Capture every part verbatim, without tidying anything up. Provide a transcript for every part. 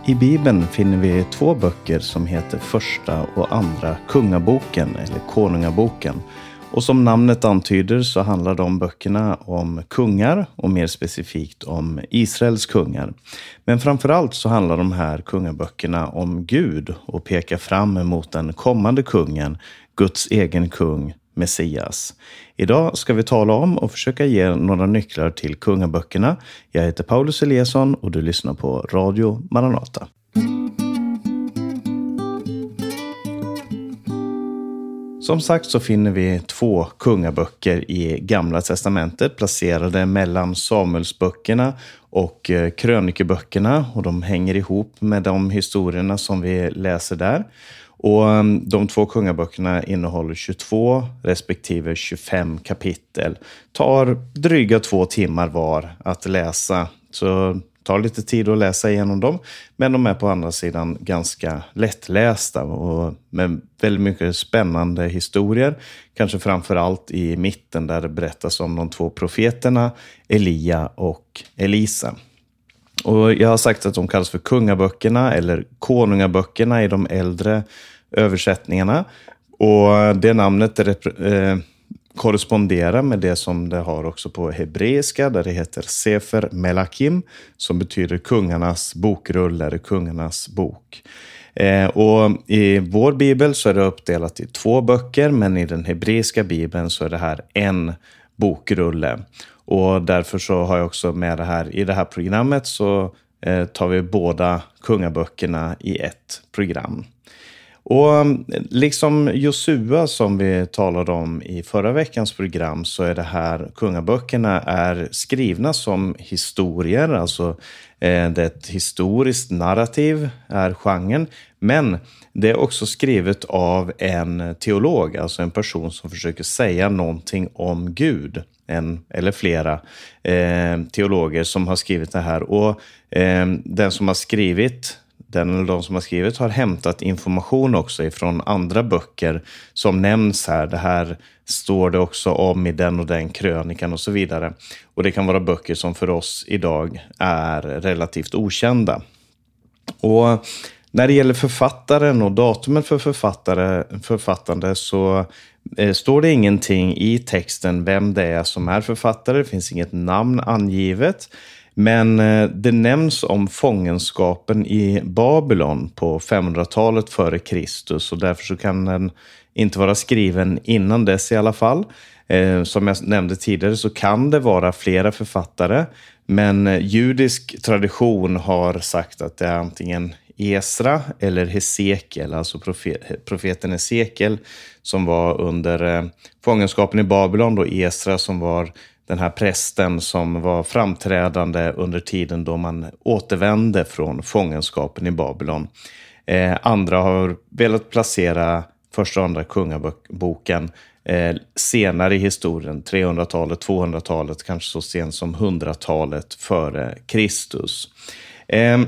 I Bibeln finner vi två böcker som heter Första och Andra Kungaboken eller Konungaboken. Och som namnet antyder så handlar de böckerna om kungar och mer specifikt om Israels kungar. Men framförallt så handlar de här kungaböckerna om Gud och pekar fram emot den kommande kungen, Guds egen kung, Messias. Idag ska vi tala om och försöka ge några nycklar till kungaböckerna. Jag heter Paulus Eliasson och du lyssnar på Radio Maranata. Som sagt så finner vi två kungaböcker i Gamla testamentet placerade mellan Samuelsböckerna och krönikeböckerna, och de hänger ihop med de historierna som vi läser där. Och de två kungaböckerna innehåller tjugotvå respektive tjugofem kapitel. Tar dryga två timmar var att läsa, så tar lite tid att läsa igenom dem. Men de är på andra sidan ganska lättlästa och med väldigt mycket spännande historier. Kanske framförallt i mitten där det berättas om de två profeterna Elia och Elisa. Och jag har sagt att de kallas för kungaböckerna eller konungaböckerna i de äldre översättningarna. Och det namnet eh, korresponderar med det som det har också på hebreiska, där det heter Sefer Melakim, som betyder kungarnas bokrull eller kungarnas bok. Eh, och i vår bibel så är det uppdelat i två böcker, men i den hebreiska bibeln så är det här en bokrulle. Och därför så har jag också med det här i det här programmet så eh, tar vi båda kungaböckerna i ett program. Och liksom Josua som vi talade om i förra veckans program så är det här kungaböckerna är skrivna som historier, alltså eh, det är ett historiskt narrativ är genren, men det är också skrivet av en teolog, alltså en person som försöker säga någonting om Gud. En eller flera eh, teologer som har skrivit det här, och eh, den som har skrivit Den eller de som har skrivit har hämtat information också ifrån andra böcker som nämns här. Det här står det också om i den och den krönikan och så vidare. Och det kan vara böcker som för oss idag är relativt okända. Och när det gäller författaren och datumet för författare, författande så eh, står det ingenting i texten vem det är som är författare. Det finns inget namn angivet. Men det nämns om fångenskapen i Babylon på femhundratalet före Kristus, och därför så kan den inte vara skriven innan dess i alla fall. Eh, som jag nämnde tidigare så kan det vara flera författare, men judisk tradition har sagt att det är antingen Esra eller Hesekiel, alltså profet, profeten Hesekiel som var under eh, fångenskapen i Babylon, då Esra som var den här prästen som var framträdande under tiden då man återvände från fångenskapen i Babylon. Eh, andra har velat placera första och andra kungaboken eh, senare i historien, trehundratalet, tvåhundratalet, kanske så sent som hundratalet före Kristus. Eh,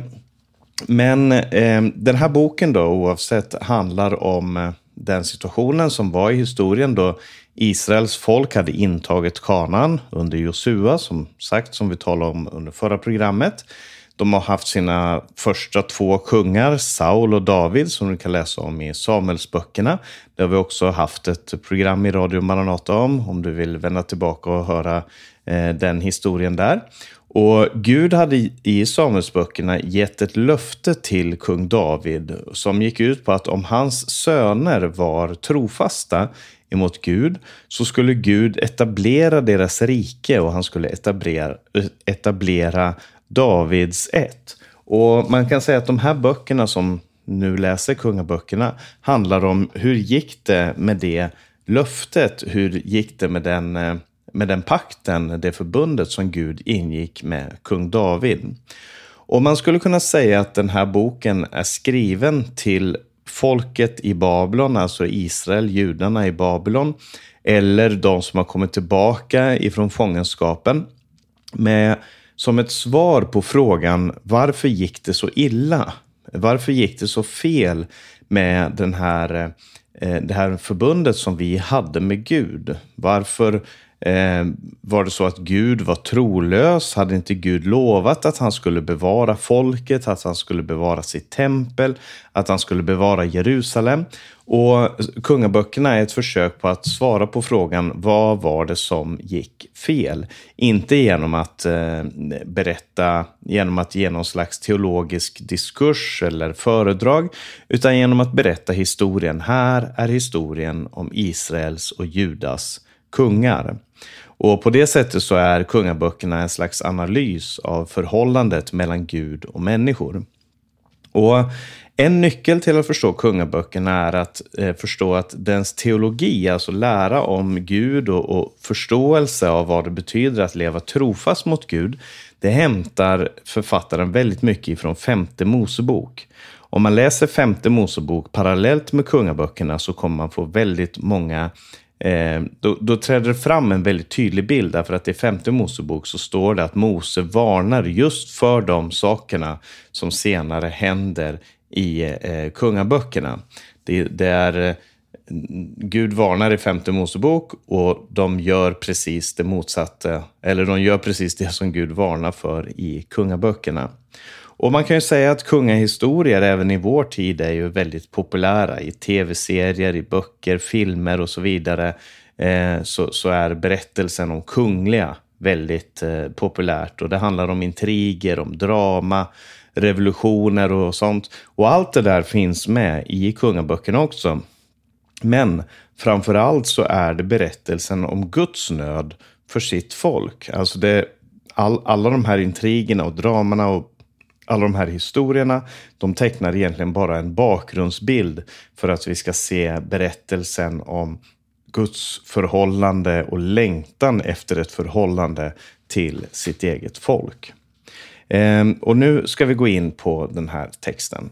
men eh, den här boken då oavsett handlar om eh, den situationen som var i historien då Israels folk hade intagit Kanaan under Josua, som sagt, som vi talade om under förra programmet. De har haft sina första två kungar, Saul och David, som du kan läsa om i Samuelsböckerna. Det har vi också haft ett program i Radio Maranata om, om du vill vända tillbaka och höra eh, den historien där. Och Gud hade i Samuelsböckerna gett ett löfte till kung David som gick ut på att om hans söner var trofasta emot Gud så skulle Gud etablera deras rike och han skulle etablera, etablera Davids ett. Och man kan säga att de här böckerna som nu läser kungaböckerna handlar om hur gick det med det löftet, hur gick det med den, med den pakten, det förbundet som Gud ingick med kung David. Och man skulle kunna säga att den här boken är skriven till folket i Babylon, alltså Israel, judarna i Babylon, eller de som har kommit tillbaka ifrån fångenskapen, med, som ett svar på frågan varför gick det så illa? Varför gick det så fel med den här, det här förbundet som vi hade med Gud? Varför Eh, var det så att Gud var trolös? Hade inte Gud lovat att han skulle bevara folket, att han skulle bevara sitt tempel, att han skulle bevara Jerusalem? Och kungaböckerna är ett försök på att svara på frågan, vad var det som gick fel? Inte genom att eh, berätta, genom att ge någon slags teologisk diskurs eller föredrag, utan genom att berätta historien. Här är historien om Israels och Judas kungar. Och på det sättet så är kungaböckerna en slags analys av förhållandet mellan Gud och människor. Och en nyckel till att förstå kungaböckerna är att eh, förstå att dens teologi, alltså lära om Gud och, och förståelse av vad det betyder att leva trofast mot Gud, det hämtar författaren väldigt mycket ifrån femte Mosebok. Om man läser femte Mosebok parallellt med kungaböckerna så kommer man få väldigt många Eh, då, då träder det fram en väldigt tydlig bild, därför att i femte Mosebok så står det att Mose varnar just för de sakerna som senare händer i eh, kungaböckerna. Det, det är eh, Gud varnar i femte Mosebok och de gör precis det motsatta, eller de gör precis det som Gud varnar för i kungaböckerna. Och man kan ju säga att kungahistorier även i vår tid är ju väldigt populära i tv-serier, i böcker, filmer och så vidare. Eh, så, så är berättelsen om kungliga väldigt eh, populärt. Och det handlar om intriger, om drama, revolutioner och sånt. Och allt det där finns med i kungaböckerna också. Men framförallt så är det berättelsen om Guds nöd för sitt folk. Alltså det, all, alla de här intrigerna och dramarna och alla de här historierna, de tecknar egentligen bara en bakgrundsbild för att vi ska se berättelsen om Guds förhållande och längtan efter ett förhållande till sitt eget folk. Ehm, och nu ska vi gå in på den här texten.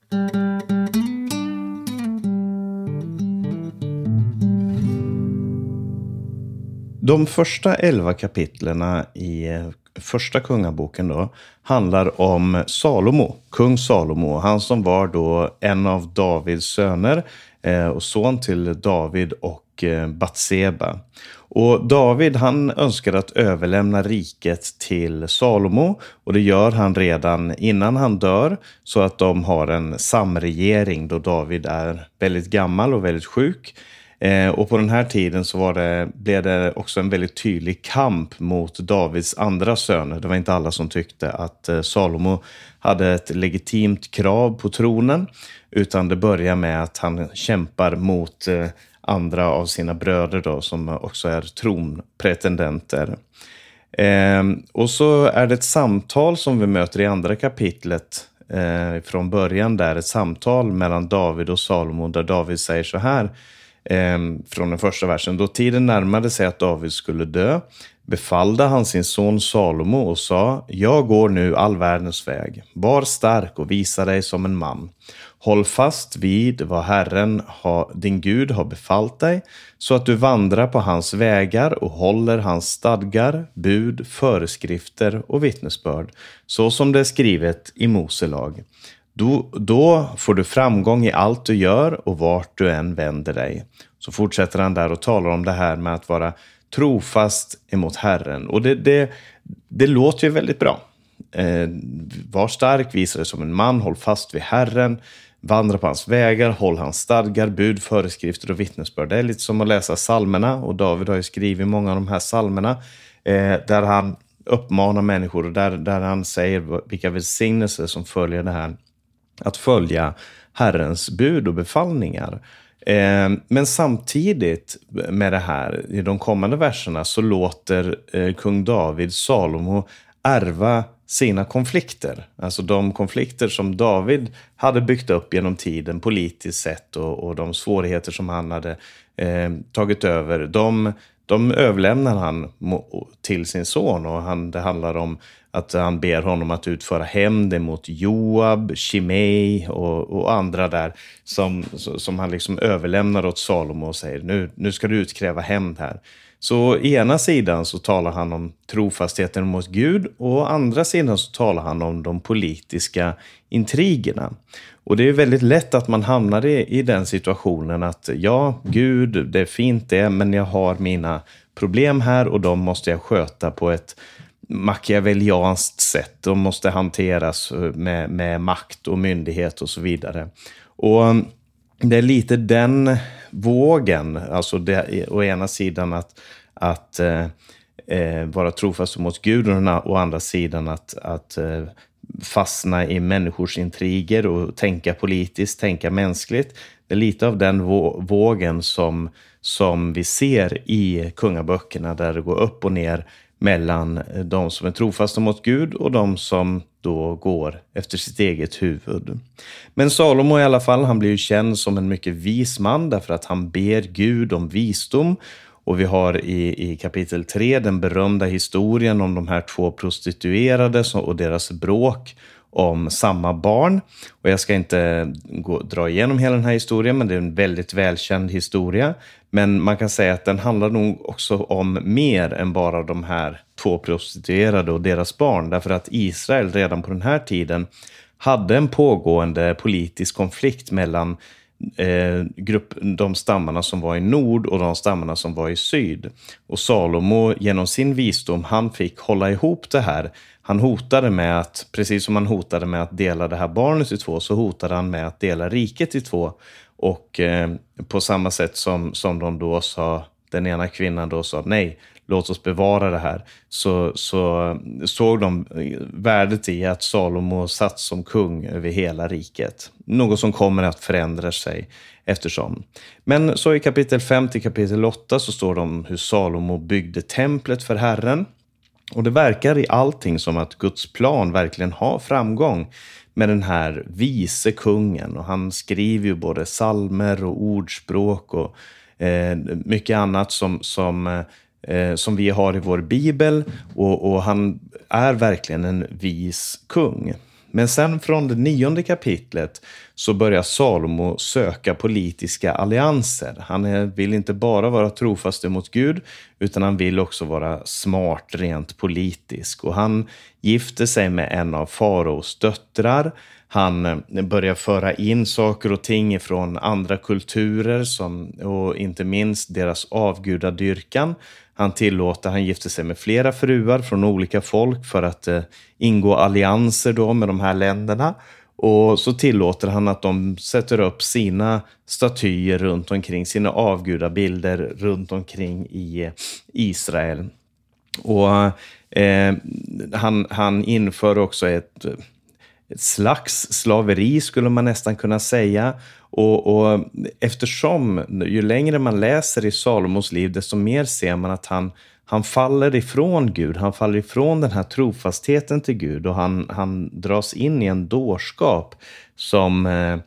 De första elva kapitlerna i första kungaboken då handlar om Salomo, kung Salomo, han som var då en av Davids söner eh, och son till David och eh, Batseba. Och David, han önskar att överlämna riket till Salomo, och det gör han redan innan han dör, så att de har en samregering då David är väldigt gammal och väldigt sjuk. Eh, och på den här tiden så var det, blev det också en väldigt tydlig kamp mot Davids andra söner. Det var inte alla som tyckte att eh, Salomo hade ett legitimt krav på tronen, utan det börjar med att han kämpar mot eh, andra av sina bröder då, som också är tronpretendenter. Eh, och så är det ett samtal som vi möter i andra kapitlet eh, från början där, ett samtal mellan David och Salomo där David säger så här. Från den första versen: då tiden närmade sig att David skulle dö befallde han sin son Salomo och sa: jag går nu all världens väg. Var stark och visa dig som en man. Håll fast vid vad Herren ha, din Gud har befallt dig, så att du vandrar på hans vägar och håller hans stadgar, bud, föreskrifter och vittnesbörd, så som det är skrivet i Mose lag. Då, då får du framgång i allt du gör och vart du än vänder dig. Så fortsätter han där och talar om det här med att vara trofast emot Herren. Och det, det, det låter ju väldigt bra. Eh, var stark, visa dig som en man, håll fast vid Herren, vandra på hans vägar, håll hans stadgar, bud, föreskrifter och vittnesbörd. Det är lite som att läsa psalmerna, och David har ju skrivit många av de här psalmerna eh, där han uppmanar människor och där, där han säger vilka välsignelser som följer det här. Att följa Herrens bud och befallningar. Eh, men samtidigt med det här, i de kommande verserna, så låter eh, kung David Salomo ärva sina konflikter. Alltså de konflikter som David hade byggt upp genom tiden politiskt sett, och, och de svårigheter som han hade eh, tagit över. De, de överlämnar han till sin son, och han, det handlar om att han ber honom att utföra hämnd mot Joab, Shimei och, och andra där som, som han liksom överlämnar åt Salomo och säger: nu, nu ska du utkräva hämnd här. Så i ena sidan så talar han om trofastheten mot Gud, och å andra sidan så talar han om de politiska intrigerna. Och det är väldigt lätt att man hamnar i, i den situationen att ja, Gud, det är fint det, men jag har mina problem här och de måste jag sköta på ett machiavellianskt sätt. De måste hanteras med, med makt och myndighet och så vidare. Och det är lite den vågen, alltså det, å ena sidan att, att eh, vara trofast mot Gud och å andra sidan att, att eh, fastna i människors intriger och tänka politiskt, tänka mänskligt. Det är lite av den vågen som, som vi ser i kungaböckerna, där det går upp och ner mellan de som är trofasta mot Gud och de som då går efter sitt eget huvud. Men Salomo i alla fall, han blir ju känd som en mycket vis man därför att han ber Gud om visdom. Och vi har i, i kapitel tre den berömda historien om de här två prostituerade och deras bråk om samma barn. Och jag ska inte gå, dra igenom hela den här historien, men det är en väldigt välkänd historia. Men man kan säga att den handlar nog också om mer än bara de här två prostituerade och deras barn. Därför att Israel redan på den här tiden hade en pågående politisk konflikt mellan Eh, grupp, de stammarna som var i nord och de stammarna som var i syd. Och Salomo genom sin visdom, han fick hålla ihop det här. Han hotade med att, precis som han hotade med att dela det här barnet i två, så hotade han med att dela riket i två. Och eh, på samma sätt som, som de då sa, den ena kvinnan då sa nej, låt oss bevara det här, så, så såg de värdet i att Salomo satt som kung över hela riket. Något som kommer att förändra sig eftersom. Men så i kapitel fem till kapitel åtta så står det om hur Salomo byggde templet för Herren. Och det verkar i allting som att Guds plan verkligen har framgång med den här vise kungen. Och han skriver ju både salmer och ordspråk och eh, mycket annat som... som Eh, som vi har i vår bibel, och, och han är verkligen en vis kung. Men sen från det nionde kapitlet så börjar Salomo söka politiska allianser. Han är, vill inte bara vara trofast mot Gud, utan han vill också vara smart rent politisk. Och han gifter sig med en av faraos döttrar. Han börjar föra in saker och ting från andra kulturer som, och inte minst deras avgudadyrkan. Han tillåter, han gifter sig med flera fruar från olika folk för att eh, ingå allianser då med de här länderna. Och så tillåter han att de sätter upp sina statyer runt omkring, sina avgudabilder runt omkring i eh, Israel. Och eh, han, han inför också ett... ett slags slaveri skulle man nästan kunna säga. Och, och eftersom ju längre man läser i Salomos liv, desto mer ser man att han, han faller ifrån Gud. Han faller ifrån den här trofastheten till Gud, och han, han dras in i en dårskap som,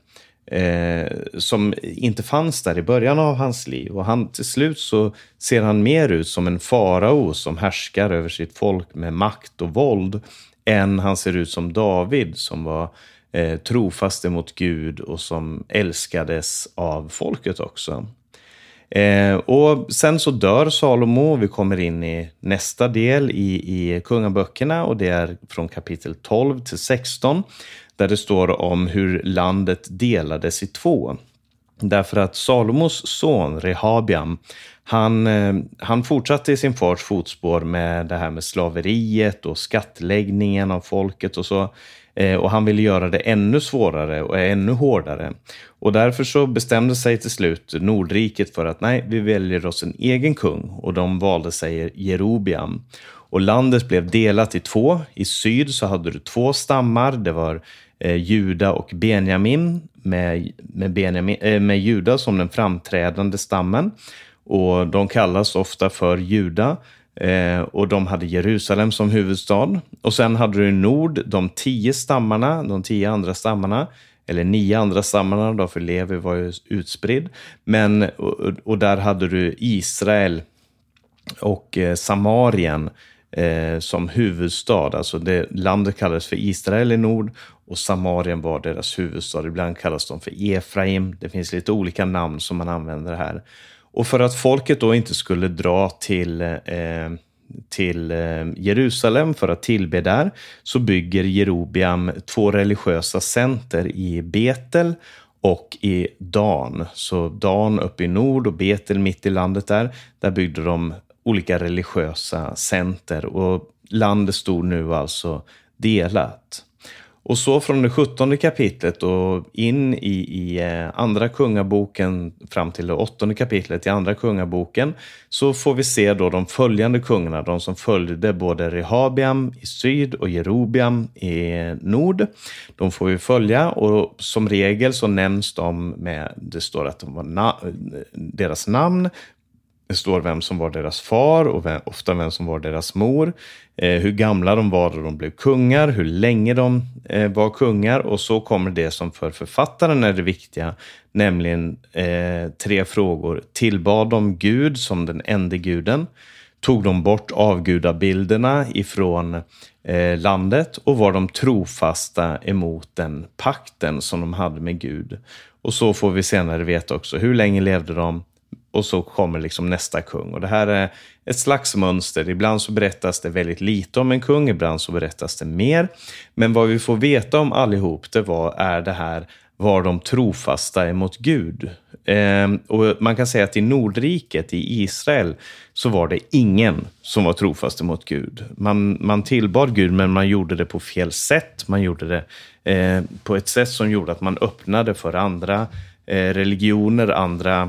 eh, som inte fanns där i början av hans liv. Och han, till slut så ser han mer ut som en farao som härskar över sitt folk med makt och våld, än han ser ut som David som var eh, trofast mot Gud och som älskades av folket också. Eh, och sen så dör Salomo, och vi kommer in i nästa del i, i kungaböckerna, och det är från kapitel tolv till sexton, där det står om hur landet delades i två. Därför att Salomos son Rehabiam, han, han fortsatte i sin fars fotspår med det här med slaveriet och skattläggningen av folket och så. Och han ville göra det ännu svårare och ännu hårdare. Och därför så bestämde sig till slut Nordriket för att nej, vi väljer oss en egen kung. Och de valde sig Jerobiam. Och landet blev delat i två. I syd så hade du två stammar. Det var eh, Juda och Benjamin, med, med, Benjamin eh, med Juda som den framträdande stammen. Och de kallas ofta för Juda. Eh, och de hade Jerusalem som huvudstad. Och sen hade du i nord de tio stammarna, de tio andra stammarna. Eller nio andra stammarna då, för Levi var ju utspridd. Men, och, och där hade du Israel och eh, Samarien eh, som huvudstad. Alltså det, landet kallades för Israel i nord, och Samarien var deras huvudstad. Ibland kallas de för Efraim. Det finns lite olika namn som man använder här. Och för att folket då inte skulle dra till, eh, till Jerusalem för att tillbe där, så bygger Jerobeam två religiösa center i Betel och i Dan. Så Dan uppe i nord och Betel mitt i landet där, där byggde de olika religiösa center, och landet stod nu alltså delat. Och så från det sjuttonde kapitlet och in i, i andra kungaboken fram till det åttonde kapitlet i andra kungaboken, så får vi se då de följande kungarna, de som följde både Rehabeam i syd och Jerobeam i nord. De får vi följa, och som regel så nämns de med, det står att de var na- deras namn, det står vem som var deras far och vem, ofta vem som var deras mor. Eh, hur gamla de var då de blev kungar, hur länge de eh, var kungar. Och så kommer det som för författaren är det viktiga, nämligen eh, tre frågor. Tillbad de Gud som den enda guden? Tog de bort avgudabilderna ifrån eh, landet? Och var de trofasta emot den pakten som de hade med Gud? Och så får vi senare veta också hur länge levde de? Och så kommer liksom nästa kung. Och det här är ett slags mönster. Ibland så berättas det väldigt lite om en kung. Ibland så berättas det mer. Men vad vi får veta om allihop, det var, är det här, var de trofasta emot Gud. Eh, och man kan säga att i Nordriket, i Israel, så var det ingen som var trofast emot Gud. Man, man tillbad Gud, men man gjorde det på fel sätt. Man gjorde det eh, på ett sätt som gjorde att man öppnade för andra eh, religioner, andra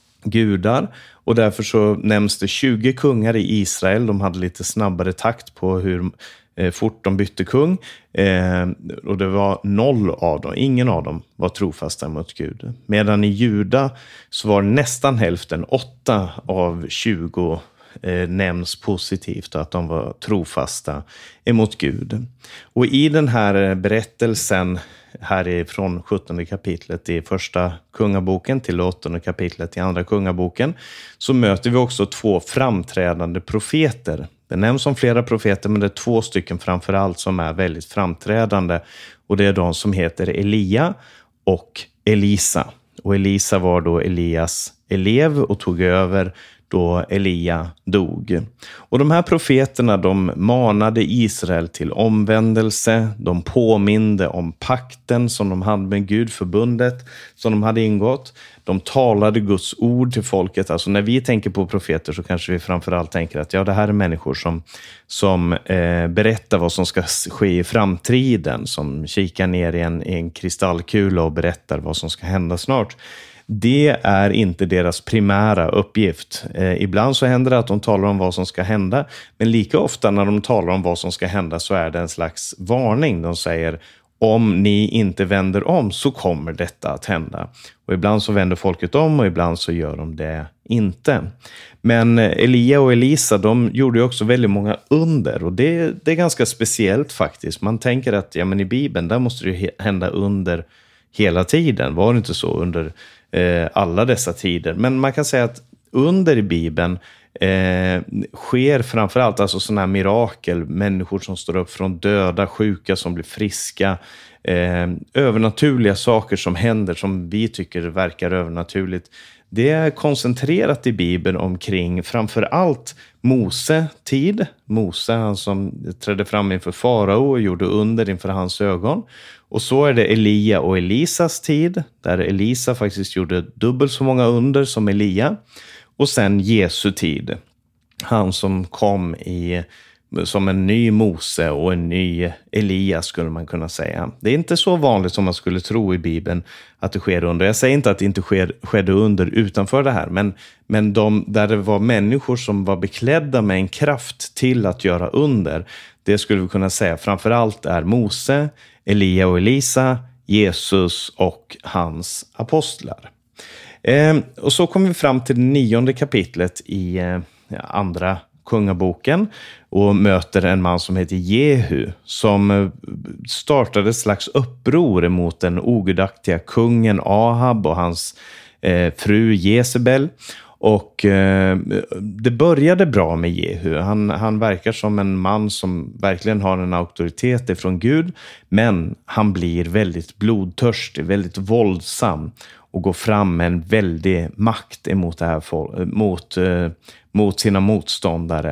gudar, och därför så nämns det tjugo kungar i Israel. De hade lite snabbare takt på hur eh, fort de bytte kung, eh, och det var noll av dem, ingen av dem var trofasta mot Gud. Medan i Juda så var nästan hälften, åtta av tjugo eh, nämns positivt, att de var trofasta emot Gud. Och i den här berättelsen härifrån sjuttonde kapitlet i första kungaboken till åttonde kapitlet i andra kungaboken, så möter vi också två framträdande profeter. Det nämns som flera profeter, men det är två stycken framförallt som är väldigt framträdande, och det är de som heter Elia och Elisa. Och Elisa var då Elias elev och tog över då Elia dog. Och de här profeterna, de manade Israel till omvändelse. De påminde om pakten som de hade med Gud, förbundet som de hade ingått. De talade Guds ord till folket. Alltså när vi tänker på profeter så kanske vi framförallt tänker att ja, det här är människor som, som eh, berättar vad som ska ske i framtiden. Som kikar ner i en, i en kristallkula och berättar vad som ska hända snart. Det är inte deras primära uppgift. Eh, ibland så händer det att de talar om vad som ska hända. Men lika ofta när de talar om vad som ska hända så är det en slags varning. De säger, om ni inte vänder om så kommer detta att hända. Och ibland så vänder folket om och ibland så gör de det inte. Men Elia och Elisa, de gjorde ju också väldigt många under. Och det, det är ganska speciellt faktiskt. Man tänker att ja, men i Bibeln där måste det hända under hela tiden. Var det inte så under eh, alla dessa tider? Men man kan säga att under i Bibeln eh, sker framförallt alltså sådana här mirakel. Människor som står upp från döda, sjuka som blir friska. Eh, övernaturliga saker som händer som vi tycker verkar övernaturligt. Det är koncentrerat i Bibeln omkring framförallt Mose tid. Mose, han som trädde fram inför farao och gjorde under inför hans ögon. Och så är det Elia och Elisas tid, där Elisa faktiskt gjorde dubbelt så många under som Elia. Och sen Jesu tid, han som kom i, som en ny Mose och en ny Elia skulle man kunna säga. Det är inte så vanligt som man skulle tro i Bibeln att det sker under. Jag säger inte att det inte sker, skedde under utanför det här, men, men de, där det var människor som var beklädda med en kraft till att göra under, det skulle vi kunna säga framförallt är Mose, Elia och Elisa, Jesus och hans apostlar. Eh, och så kommer vi fram till det nionde kapitlet i eh, andra kungaboken och möter en man som heter Jehu som startade ett slags uppror mot den ogudaktiga kungen Ahab och hans eh, fru Jezebel. Och eh, det började bra med Jehu. Han, han verkar som en man som verkligen har en auktoritet ifrån Gud. Men han blir väldigt blodtörstig, väldigt våldsam. Och går fram med en väldig makt emot, det här, mot, eh, mot sina motståndare.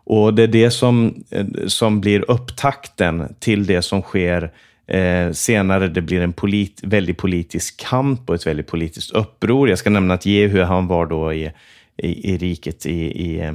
Och det är det som, som blir upptakten till det som sker eh, senare. Det blir en polit, väldigt politisk kamp och ett väldigt politiskt uppror. Jag ska nämna att Jehu, han var då i, i, i riket i, i,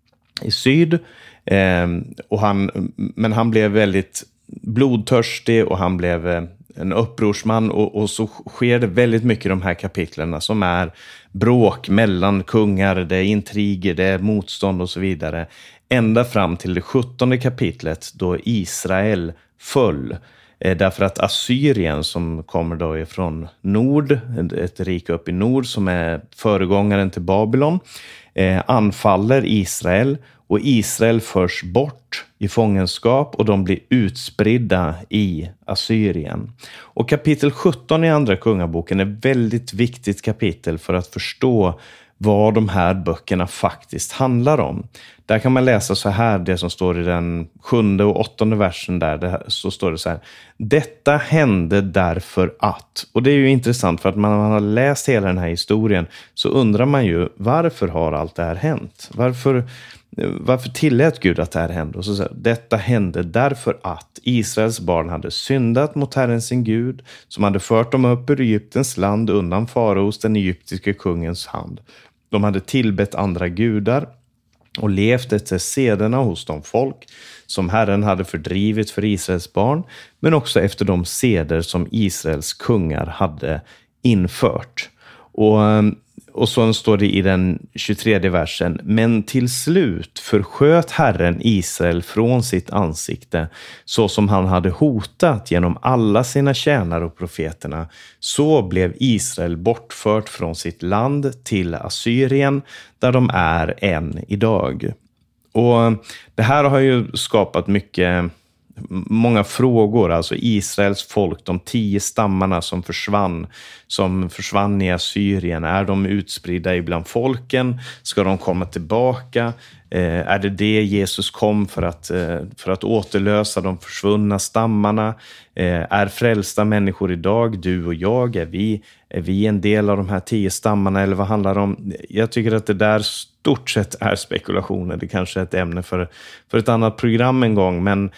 i syd. Eh, och han, men han blev väldigt blodtörstig och han blev en upprorsman. Och, och så sker det väldigt mycket i de här kapitlerna som är bråk mellan kungar, det är intriger, det är motstånd och så vidare. Ända fram till det sjuttonde kapitlet då Israel föll. Eh, därför att Assyrien, som kommer då ifrån nord, ett rike upp i nord som är föregångaren till Babylon, eh, anfaller Israel. Och Israel förs bort i fångenskap och de blir utspridda i Assyrien. Och kapitel sjutton i andra kungaboken är ett väldigt viktigt kapitel för att förstå vad de här böckerna faktiskt handlar om. Där kan man läsa så här, det som står i den sjunde och åttonde versen där, det, så står det så här: detta hände därför att, och det är ju intressant för att man, man har läst hela den här historien så undrar man ju, varför har allt det här hänt? Varför, varför tillät Gud att det här hände? Och så säger detta hände därför att Israels barn hade syndat mot Herren sin Gud, som hade fört dem upp ur Egyptens land undan faraos, den egyptiska kungens hand. De hade tillbett andra gudar och levt efter sederna hos de folk som Herren hade fördrivit för Israels barn, men också efter de seder som Israels kungar hade infört. Och, och så står det i den tjugotredje versen: men till slut försköt Herren Israel från sitt ansikte, så som han hade hotat genom alla sina tjänare och profeterna. Så blev Israel bortfört från sitt land till Assyrien, där de är än idag. Och det här har ju skapat mycket, många frågor. Alltså Israels folk, de tio stammarna som försvann, som försvann i Assyrien. Är de utspridda ibland folken? Ska de komma tillbaka? Eh, är det det Jesus kom för att, eh, för att återlösa de försvunna stammarna? Eh, är frälsta människor idag, du och jag, är vi, är vi en del av de här tio stammarna, eller vad handlar det om? Jag tycker att det där stort sett är spekulationer. Det kanske är ett ämne för, för ett annat program en gång, men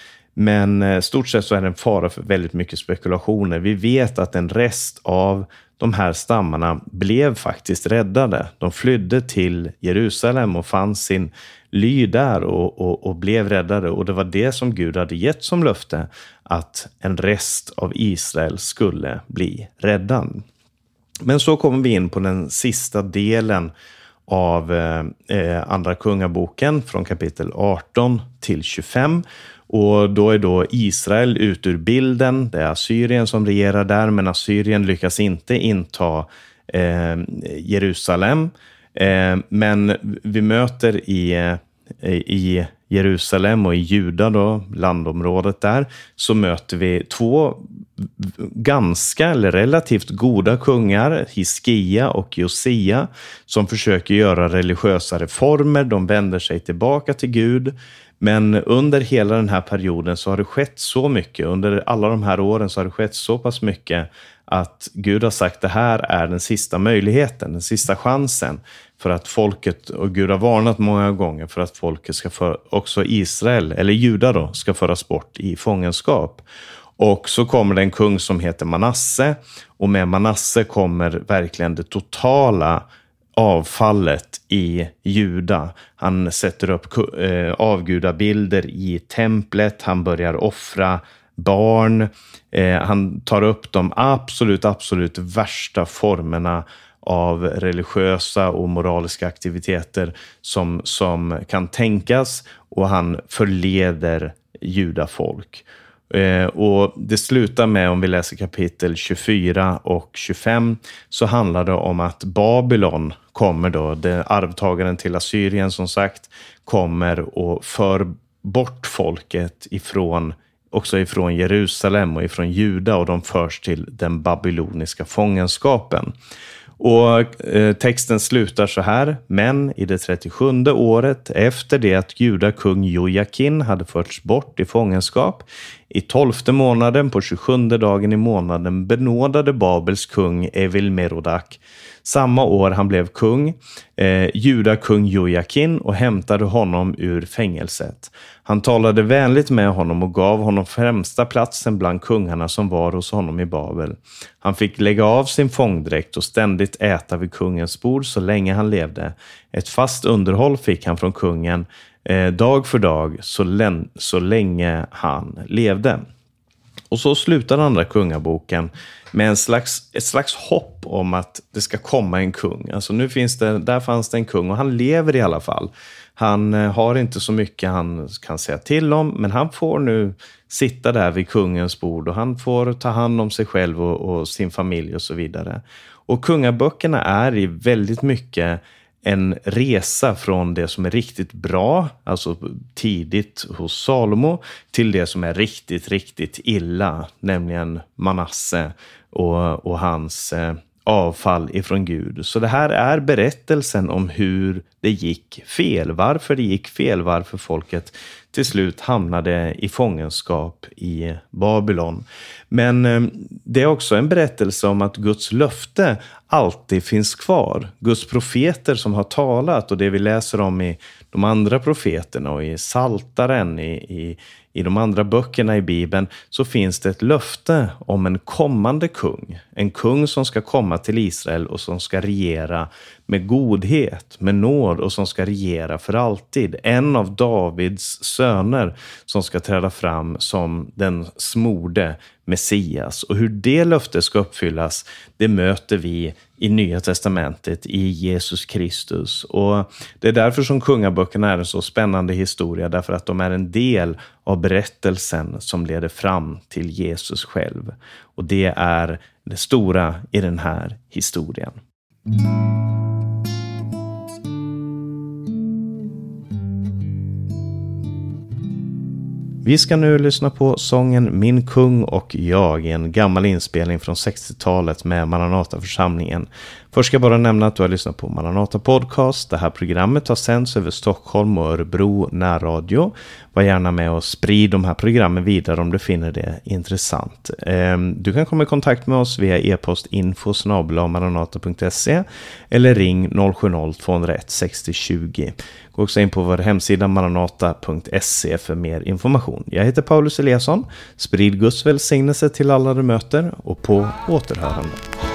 Men stort sett så är det en fara för väldigt mycket spekulationer. Vi vet att en rest av de här stammarna blev faktiskt räddade. De flydde till Jerusalem och fann sin ly där och, och, och blev räddade. Och det var det som Gud hade gett som löfte, att en rest av Israel skulle bli räddad. Men så kommer vi in på den sista delen av eh, andra kungaboken från kapitel arton till tjugofem. Och då är då Israel ut ur bilden. Det är Assyrien som regerar där, men Assyrien lyckas inte inta eh, Jerusalem. Eh, men vi möter i, i Jerusalem och i Juda då, landområdet där, så möter vi två ganska eller relativt goda kungar, Hiskia och Josia, som försöker göra religiösa reformer. De vänder sig tillbaka till Gud. Men under hela den här perioden så har det skett så mycket, under alla de här åren så har det skett så pass mycket att Gud har sagt det här är den sista möjligheten, den sista chansen för att folket, och Gud har varnat många gånger för att folket ska för, också Israel, eller Juda då, ska föras bort i fångenskap. Och så kommer det en kung som heter Manasse, och med Manasse kommer verkligen det totala avfallet i Juda. Han sätter upp eh, avgudabilder i templet, han börjar offra barn, eh, han tar upp de absolut, absolut värsta formerna av religiösa och moraliska aktiviteter som, som kan tänkas, och han förleder judafolk. Eh, och det slutar med, om vi läser kapitel tjugofyra och tjugofem, så handlar det om att Babylon kommer då, det arvtagaren till Assyrien som sagt, kommer och för bort folket ifrån, också ifrån Jerusalem och ifrån Juda, och de förs till den babyloniska fångenskapen. Och eh, texten slutar så här: men i det trettiosjunde året efter det att Juda kung Jojakin hade förts bort i fångenskap, I tolfte månaden på tjugosjunde dagen i månaden benådade Babels kung Evil Merodach. Samma år han blev kung, eh, Juda kung Jojakin, och hämtade honom ur fängelset. Han talade vänligt med honom och gav honom främsta platsen bland kungarna som var hos honom i Babel. Han fick lägga av sin fångdräkt och ständigt äta vid kungens bord så länge han levde. Ett fast underhåll fick han från kungen eh, dag för dag så, län- så länge han levde. Och så slutar andra kungaboken med en slags, ett slags hopp om att det ska komma en kung. Alltså nu finns det, där fanns det en kung och han lever i alla fall. Han eh, har inte så mycket han kan säga till om, men han får nu sitta där vid kungens bord och han får ta hand om sig själv och, och sin familj och så vidare. Och kungaböckerna är i väldigt mycket en resa från det som är riktigt bra, alltså tidigt hos Salomo, till det som är riktigt, riktigt illa, nämligen Manasse och, och hans eh, avfall ifrån Gud. Så det här är berättelsen om hur det gick fel, varför det gick fel, varför folket till slut hamnade i fångenskap i Babylon. Men eh, det är också en berättelse om att Guds löfte alltid finns kvar. Guds profeter som har talat, och det vi läser om i de andra profeterna och i Saltaren, i, i, i de andra böckerna i Bibeln, så finns det ett löfte om en kommande kung. En kung som ska komma till Israel och som ska regera med godhet, med nåd, och som ska regera för alltid. En av Davids söner som ska träda fram som den smorde Messias. Och hur det löftet ska uppfyllas, det möter vi i Nya testamentet i Jesus Kristus. Och det är därför som kungaböckerna är en så spännande historia, därför att de är en del av berättelsen som leder fram till Jesus själv. Och det är det stora i den här historien. Vi ska nu lyssna på sången Min kung och jag, en gammal inspelning från sextiotalet med Maranata-församlingen. Först ska jag bara nämna att du har lyssnat på Maranata Podcast. Det här programmet har sänds över Stockholm och Örebro närradio. Var gärna med och sprid de här programmen vidare om du finner det intressant. Du kan komma i kontakt med oss via e-post info snabel-a maranata punkt se eller ring noll sju noll två noll ett sex noll två noll. Gå också in på vår hemsida maranata punkt se för mer information. Jag heter Paulus Eliasson. Sprid Guds välsignelse till alla du möter och på återhörande.